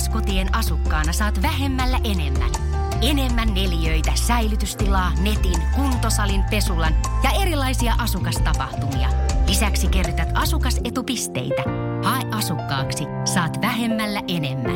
VTS-kotien asukkaana saat vähemmällä enemmän. Enemmän neliöitä, säilytystilaa, netin, kuntosalin, pesulan ja erilaisia asukastapahtumia. Lisäksi kerrytät asukasetupisteitä. Hae asukkaaksi, saat vähemmällä enemmän.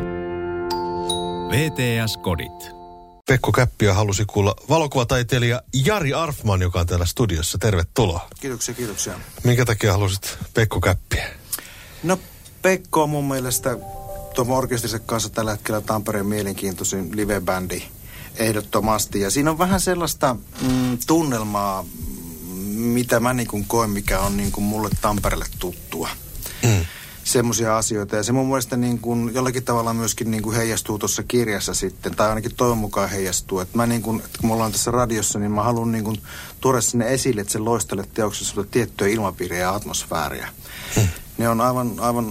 VTS-kodit. Pekko Käppiä halusi kuulla valokuvataiteilija Jari Arfman, joka on täällä studiossa. Tervetuloa. Kiitoksia. Minkä takia halusit Pekko Käppiä? No Pekko on mun mielestä tuon orkestrinsa kanssa tällä hetkellä Tampereen mielenkiintoisin livebändi ehdottomasti. Ja siinä on vähän sellaista tunnelmaa, mitä mä niin kuin koen, mikä on niin kuin mulle Tampereelle tuttua. Semmoisia asioita. Ja se mun mielestä niin kuin jollakin tavalla myöskin niin kuin heijastuu tuossa kirjassa sitten, tai ainakin toivon mukaan heijastuu. Että mä niin kuin, että kun me ollaan tässä radiossa, niin mä haluan niin kuin tuoda sinne esille, että se loistelee teoksessa tiettyä ilmapiiriä ja atmosfääriä. Ne on aivan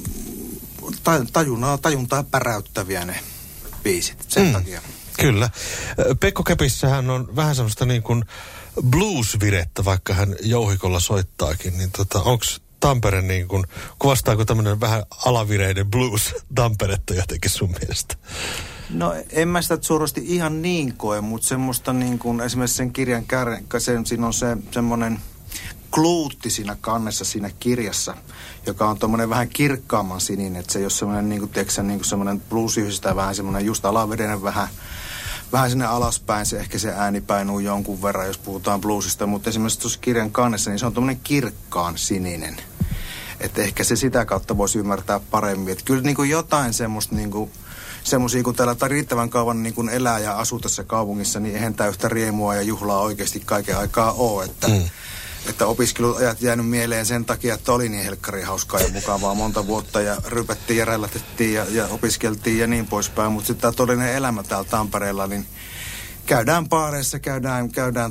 tajuntaa päräyttäviä ne biisit, sen takia. Kyllä. Pekko Käpissähän on vähän semmoista niin kuin blues-virettä, vaikka hän jouhikolla soittaakin, niin onko Tampere niin kuin, kuvastaako tämmöinen vähän alavireinen blues Tamperetta jotenkin sun mielestä? No en mä sitä suorasti ihan niin koe, mutta semmoista niin kuin esimerkiksi sen kirjan siinä on se semmoinen kluutti siinä kannessa siinä kirjassa, joka on tommoinen vähän kirkkaamman sininen, että se ei ole semmoinen niin kuin, tiedätkö, niin kuin semmoinen blues-yhdistä vähän semmoinen just alavedenen vähän sinne alaspäin, se ehkä se ääni painuu jonkun verran, jos puhutaan bluesista, mutta esimerkiksi tuossa kirjan kannessa, niin se on tommoinen kirkkaan sininen. Että ehkä se sitä kautta voisi ymmärtää paremmin. Että kyllä niin kuin jotain semmoista niin kuin semmoisia, kun täällä riittävän kauan niin kuin elää ja asuu tässä kaupungissa, niin eihän tämä yhtä riemua ja juhlaa oikeasti kaiken aikaa ole. Että opiskeluajat jäänyt mieleen sen takia, että oli niin helkkari hauskaa ja mukavaa monta vuotta ja rypättiin ja rällätettiin ja opiskeltiin ja niin poispäin. Mutta sitten tämä todellinen elämä täällä Tampereella, niin käydään baareissa, käydään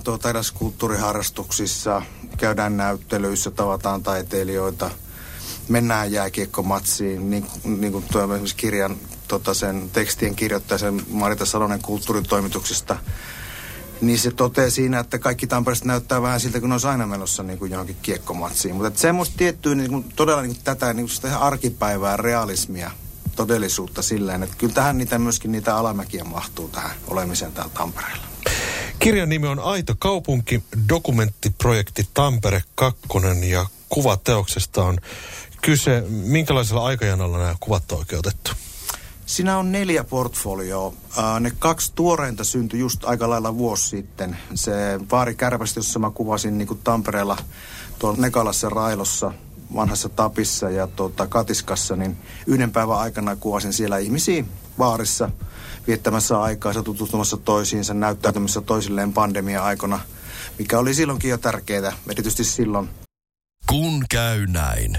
kulttuuriharrastuksissa, käydään näyttelyissä, tavataan taiteilijoita, mennään jääkiekkomatsiin, niin kuin tuo esimerkiksi kirjan sen tekstien kirjoittaja, sen Marita Salonen kulttuuritoimituksesta, niin se toteaa siinä, että kaikki Tampereesta näyttää vähän siltä, kun ne olisi aina menossa niin kuin johonkin kiekkomatsiin. Mutta semmoista tiettyä niin kuin, todella niin kuin tätä niin kuin arkipäivää, realismia, todellisuutta silleen, että kyllä tähän myöskin niitä alamäkiä mahtuu tähän olemiseen täällä Tampereella. Kirjan nimi on Aito kaupunki, dokumenttiprojekti Tampere 2 ja kuvateoksesta on kyse. Minkälaisella aikajanalla nämä kuvat on oikein otettu? Siinä on 4 portfolioa. Ne 2 tuoreinta syntyi just aika lailla vuosi sitten. Se Vaari Kärpästä, jossa mä kuvasin niin kuin Tampereella tuolla Nekalassa, Railossa, vanhassa Tapissa ja Katiskassa, niin yhden päivän aikana kuvasin siellä ihmisiä baarissa viettämässä aikaa, tutustumassa toisiinsa, näyttäytymässä toisilleen pandemia-aikana, mikä oli silloinkin jo tärkeää, erityisesti silloin. Kun käy näin.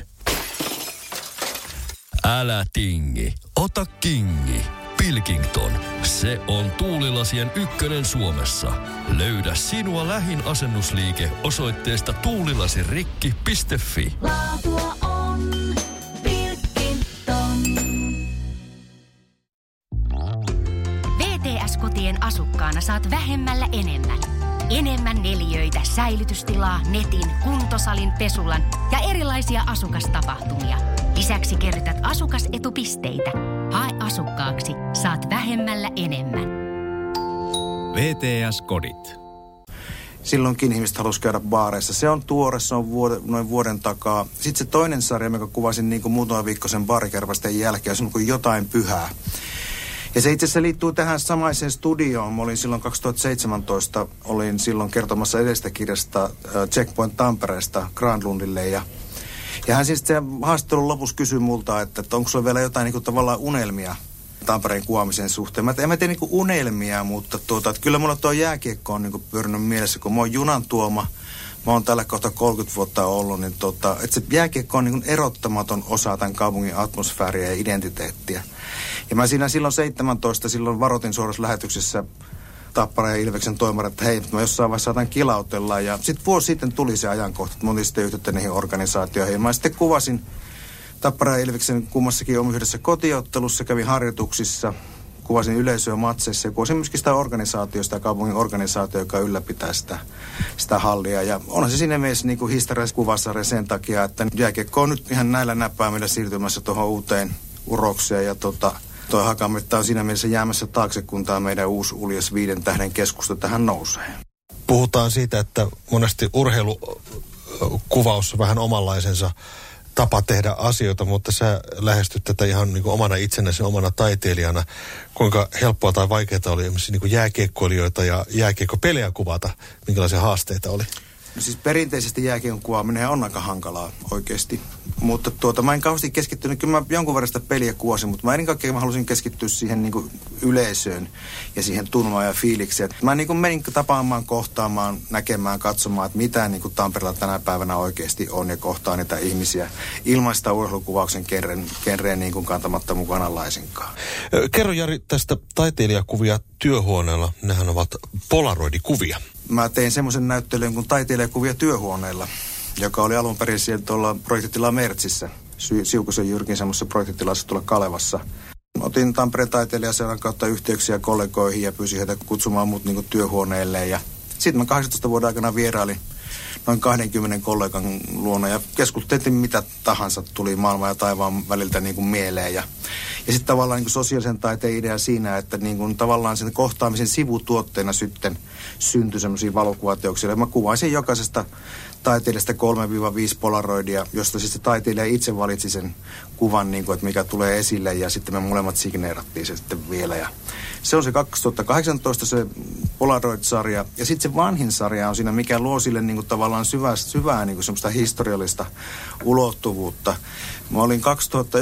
Älä tingi, ota kingi. Pilkington, se on tuulilasien ykkönen Suomessa. Löydä sinua lähin asennusliike osoitteesta tuulilasirikki.fi. Laatua on Pilkington. VTS-kotien asukkaana saat vähemmällä enemmän. Enemmän neliöitä, säilytystilaa, netin, kuntosalin, pesulan ja erilaisia asukastapahtumia. Lisäksi kerrytät asukasetupisteitä. Hae asukkaaksi, saat vähemmällä enemmän. VTS-kodit. Silloinkin ihmiset halusi käydä baareissa. Se on tuore, se on noin vuoden takaa. Sitten se toinen sarja, mikä kuvasin niin kuin muutama viikko sen Baarikärpästen jälkeen, on kuin jotain pyhää. Ja se itse asiassa liittyy tähän samaiseen studioon. Mä olin silloin 2017, olin silloin kertomassa edestä kirjasta Checkpoint Tampereesta Granlundille. Ja hän siis sen haastattelun lopussa kysyi multa, että onko sulla vielä jotain niin kuin tavallaan unelmia Tampereen kuvaamisen suhteen. En mä tee niin kuin unelmia, mutta että kyllä mulla tuo jääkiekko on niin kuin pyörinyt mielessä, kun mä oon junan tuoma. Mä oon tällä kohta 30 vuotta ollut, niin että se jääkiekko on niin kuin erottamaton osa tämän kaupungin atmosfääriä ja identiteettiä. Ja mä siinä silloin 17, silloin varoitin suorassa lähetyksessä Tapparan ja Ilveksen toimari, että hei, mä jossain vaiheessa saatan kilautella. Ja sitten vuosi sitten tuli se ajankohta, että mä olin sitten yhteyttä niihin organisaatioihin. Ja mä sitten kuvasin Tapparan ja Ilveksen kummassakin yhdessä kotiottelussa, kävin harjoituksissa, kuvasin yleisöä matseissa ja kuvasin myöskin sitä organisaatiosta, kaupungin organisaatio, joka ylläpitää sitä hallia. Ja onhan se siinä mielessä niin kuin historiallisessa kuvasarja sen takia, että jääkiekko on nyt ihan näillä näppäimillä siirtymässä tuohon uuteen urokseen ja toi Hakametta on siinä mielessä jäämässä taakse, kun tämä meidän uusi uljas 5 tähden keskusta tähän nousee. Puhutaan siitä, että monesti urheilukuvaus on vähän omanlaisensa tapa tehdä asioita, mutta sä lähestyt tätä ihan niin kuin omana itsenäsi, omana taiteilijana. Kuinka helppoa tai vaikeaa oli esimerkiksi niin kuin jääkiekkoilijoita ja jääkiekkopelejä kuvata? Minkälaisia haasteita oli? No siis perinteisesti jääkiekon kuvaaminen on aika hankalaa oikeasti. Mutta mä en kauheasti keskittynyt, kyllä mä jonkun verran sitä peliä kuvasin, mutta mä ennen kaikkea mä halusin keskittyä siihen niin kuin yleisöön ja siihen tunnelmaan ja fiilikseen. Mä niin kuin menin tapaamaan, kohtaamaan, näkemään, katsomaan, että mitä niin kuin Tampereella tänä päivänä oikeasti on ja kohtaa niitä ihmisiä ilman sitä urheilukuvauksen kerreen niin kuin kantamatta mukana laisinkaan. Kerro Jari tästä taiteilijakuvia työhuoneella. Nehän ovat polaroidikuvia. Mä tein semmoisen näyttelyn kuin taiteilijakuvia työhuoneella, joka oli alun perin siellä tuolla projektitila Mertsissä, Siukosen Jyrkin semmoisessa projektitilassa tuolla Kalevassa. Otin Tampereen taiteilijaseuran kautta yhteyksiä kollegoihin ja pyysin heitä kutsumaan mut niinku työhuoneelle. Ja sitten mä 18 vuoden aikana vierailin noin 20 kollegan luona ja keskusteltiin mitä tahansa tuli maailman ja taivaan väliltä niinku mieleen. Ja sitten tavallaan niinku sosiaalisen taiteen idea siinä, että niinku tavallaan sen kohtaamisen sivutuotteena sitten syntyi semmoisia valokuvateoksia. Mä kuvaisin jokaisesta taiteilijasta 3-5 polaroidia, josta siis se taiteilija itse valitsi sen kuvan, niin kuin, että mikä tulee esille, ja sitten me molemmat signeerattiin se sitten vielä. Ja se on se 2018 se Polaroid-sarja, ja sitten se vanhin sarja on siinä, mikä luo sille niin kuin tavallaan syvää niin kuin semmoista historiallista ulottuvuutta. Mä olin 2001-2002,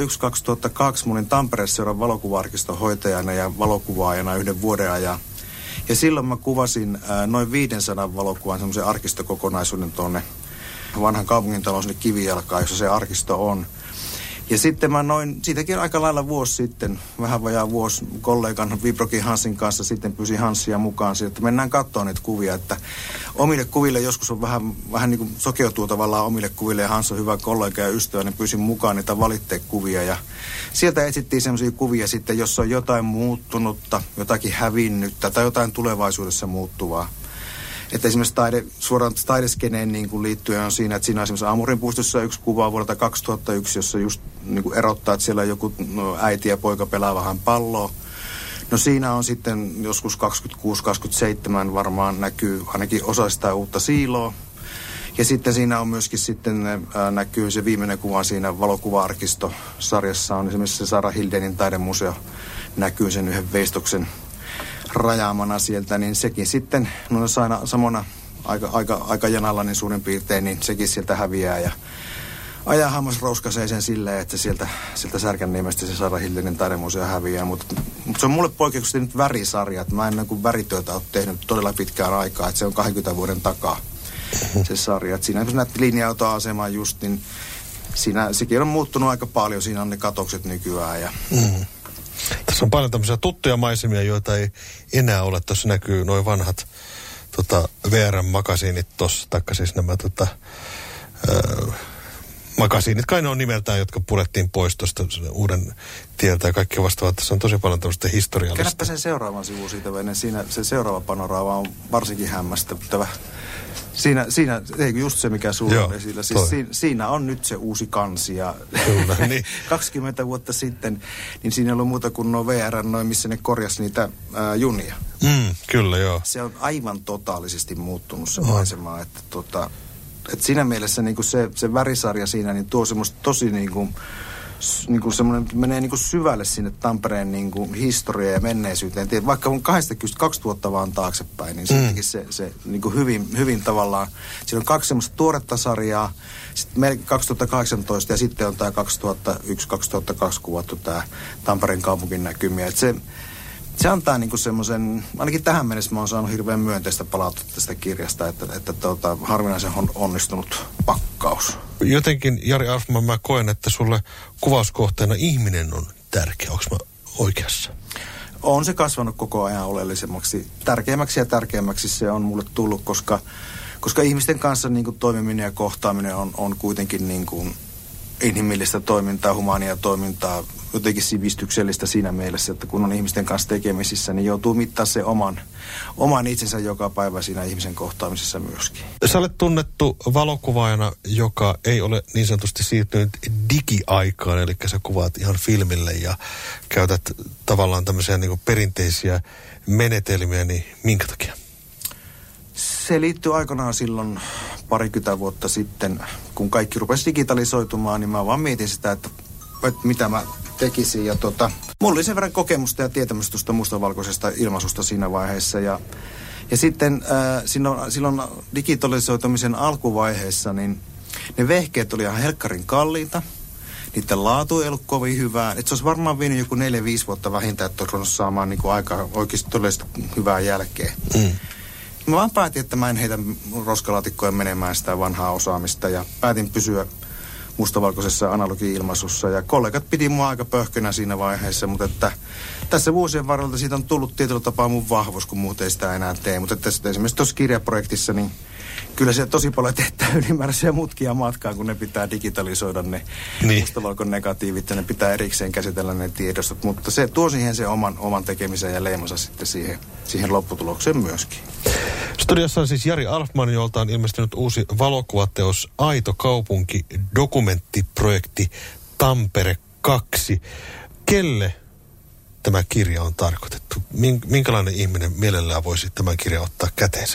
mä olin Tampereen-seuran valokuva-arkiston hoitajana ja valokuvaajana 1 vuoden ajan. Ja silloin mä kuvasin noin 500 valokuvan semmoisen arkistokokonaisuuden tuonne vanhan kaupungintalon sinne Kivijalkaan, jossa se arkisto on. Ja sitten mä siitäkin aika lailla vuosi sitten, vähän vajaa vuosi, kollegan Vibrokin Hansin kanssa sitten pyysin Hanssia mukaan siihen, että mennään katsomaan niitä kuvia, että omille kuville joskus on vähän niin kuin sokeutuu tavallaan omille kuville, ja Hans on hyvä kollega ja ystävä, niin pyysin mukaan niitä valitteekuvia, ja sieltä etsittiin semmoisia kuvia sitten, jossa on jotain muuttunutta, jotakin hävinnyttä tai jotain tulevaisuudessa muuttuvaa. Että esimerkiksi suoraan taideskeneen niin kuin liittyen on siinä, että siinä on esimerkiksi Aamurinpuistossa yksi kuva vuodelta 2001, jossa just niin kuin erottaa, että siellä joku äiti ja poika pelaa vähän palloa. No siinä on sitten joskus 26-27 varmaan näkyy ainakin osa sitä uutta siiloa. Ja sitten siinä on myöskin sitten näkyy se viimeinen kuva siinä valokuva-arkistosarjassa on esimerkiksi se Sara Hildenin taidemuseo näkyy sen yhden veistoksen rajaamana sieltä, niin sekin sitten samana aika janalla niin suurin piirtein, niin sekin sieltä häviää ja ajaa hammas rouskasee sen silleen, että sieltä Särkänniemestä se Sara Hildenin taidemuseo häviää, mutta se on mulle poikkeuksellisesti nyt värisarja, että mä en kuin värityötä ole tehnyt todella pitkään aikaa, että se on 20 vuoden takaa se sarja, että siinä näytti linja-autoasemaa just, niin siinä sekin on muuttunut aika paljon, siinä on ne katokset nykyään ja tässä on paljon tämmöisiä tuttuja maisemia, joita ei enää ole. Tuossa näkyy noin vanhat VRM-makasiinit tuossa, taikka siis nämä makasiinit, kai ne on nimeltään, jotka purettiin pois tuosta uuden tieltä ja kaikki vastaavat. Tässä on tosi paljon tämmöistä historiallista. Käännäpä sen seuraavan sivun siitä, siinä se seuraava panoraama on varsinkin hämmästyttävä. Siinä ei just se, mikä sulla on esillä. Siis siinä on nyt se uusi kansi ja kyllä, niin. 20 vuotta sitten, niin siinä ei ollut muuta kuin nuo VR, missä ne korjasi niitä junia. Kyllä, joo. Se on aivan totaalisesti muuttunut se maisema, että siinä mielessä niin kuin se värisarja siinä niin tuo semmoista tosi niin kuin semmoinen, menee niin kuin syvälle sinne Tampereen niin kuin historiaan ja menneisyyteen. Vaikka on 22 vuotta vaan taaksepäin, niin siitäkin se niin kuin hyvin tavallaan, siinä on 2 semmoista tuoretta sarjaa, sitten 2018 ja sitten on tämä 2001-2002 kuvattu tämä Tampereen kaupungin näkymiä. Että se antaa niinku semmoisen, ainakin tähän mennessä mä oon saanut hirveän myönteistä palautetta tästä kirjasta, että harvinaisen onnistunut pakkaus. Jotenkin, Jari Alfman, mä koen, että sulle kuvauskohteena ihminen on tärkeä. Onko mä oikeassa? On se kasvanut koko ajan oleellisemmaksi. Tärkeämmäksi ja tärkeämmäksi se on mulle tullut, koska ihmisten kanssa niinku toimiminen ja kohtaaminen on kuitenkin niinku inhimillistä toimintaa, humaania toimintaa, jotenkin sivistyksellistä siinä mielessä, että kun on ihmisten kanssa tekemisissä, niin joutuu mittaa se oman itsensä joka päivä siinä ihmisen kohtaamisessa myöskin. Sä olet tunnettu valokuvaajana, joka ei ole niin sanotusti siirtynyt digiaikaan, eli sä kuvaat ihan filmille ja käytät tavallaan tämmöisiä niin kuin perinteisiä menetelmiä, niin minkä takia? Se liittyy aikanaan silloin 20 vuotta sitten, kun kaikki rupesi digitalisoitumaan, niin mä vaan mietin sitä, että mitä mä tekisin. Ja mulla oli sen verran kokemusta ja tietämystä tuosta mustavalkoisesta ilmaisusta siinä vaiheessa. Ja sitten silloin digitalisoitumisen alkuvaiheessa, niin ne vehkeet oli ihan helkkarin kalliita. Niiden laatu ei ollut kovin hyvää. Et se olisi varmaan vienyt joku 4-5 vuotta vähintään, että olisi ruvennut saamaan niin kuin aika oikeasti todellista hyvää jälkeä. Mä vaan päätin, että mä en heitä roskalaatikkoja menemään sitä vanhaa osaamista ja päätin pysyä mustavalkoisessa analogi-ilmaisussa. Ja kollegat piti mua aika pöhkönä siinä vaiheessa, mutta että tässä vuosien varrella siitä on tullut tietyllä tapaa mun vahvuus, kun muut ei sitä enää tee. Mutta että esimerkiksi tuossa kirjaprojektissa, niin kyllä se tosi paljon tehtää ylimääräisiä mutkia matkaan, kun ne pitää digitalisoida ne mustavalkon negatiivit ja ne pitää erikseen käsitellä ne tiedostot. Mutta se tuo siihen se oman tekemisen ja leimansa sitten siihen lopputulokseen myöskin. Studiossa on siis Jari Alfman, jolta on ilmestynyt uusi valokuvateos Aito kaupunki, dokumenttiprojekti Tampere 2. Kelle tämä kirja on tarkoitettu? Minkälainen ihminen mielellään voisi tämän kirjan ottaa käteensä?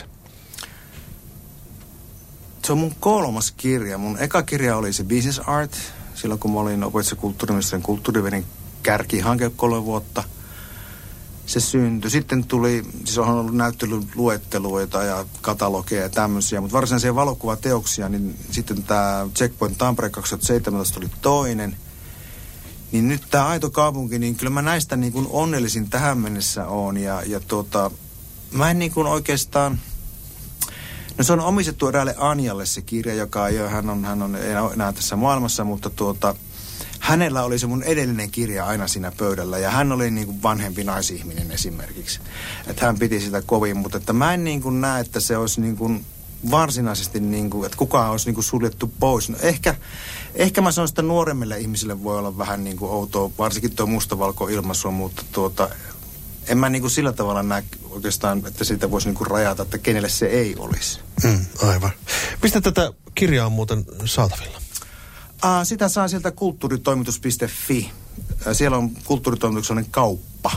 Se on mun 3. kirja. Mun eka kirja oli se Business Art. Silloin kun mä olin opetus- ja kulttuuriministeriön kulttuuriverin kärkihanke 3 vuotta. Se syntyi. Sitten tuli, siis on ollut näyttelyluetteluita ja katalogeja ja tämmöisiä, mutta varsinaisia valokuvateoksia, niin sitten tämä Checkpoint Tampere 2017 oli toinen. Niin nyt tämä Aito kaupunki, niin kyllä mä näistä niin kuin onnellisin tähän mennessä oon. Ja mä en niin kuin oikeastaan... No se on omistettu eräälle Anjalle se kirja, joka ei ole, hän on enää tässä maailmassa, mutta hänellä oli se mun edellinen kirja aina siinä pöydällä ja hän oli niin kuin vanhempi naisihminen esimerkiksi. Että hän piti sitä kovin, mutta että mä en niin kuin näe, että se olisi niin kuin varsinaisesti niin kuin, että kukaan olisi niin kuin suljettu pois. No ehkä mä sanon, että nuoremmille ihmisille voi olla vähän niin kuin outoa, varsinkin tuo mustavalko-ilmaisu, mutta en mä niin kuin sillä tavalla näe oikeastaan, että siitä voisi niin kuin rajata, että kenelle se ei olisi. Aivan. Mistä tätä kirjaa on muuten saatavilla? Sitä saa sieltä kulttuuritoimitus.fi. Siellä on kulttuuritoimituksen kauppa.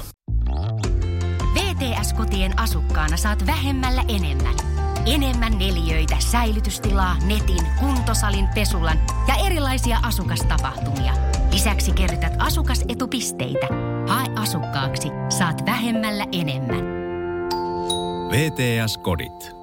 VTS-kotien asukkaana saat vähemmällä enemmän. Enemmän neliöitä, säilytystilaa, netin, kuntosalin, pesulan ja erilaisia asukastapahtumia. Lisäksi kerrytät asukasetupisteitä. Hae asukkaaksi, saat vähemmällä enemmän. VTS-kodit.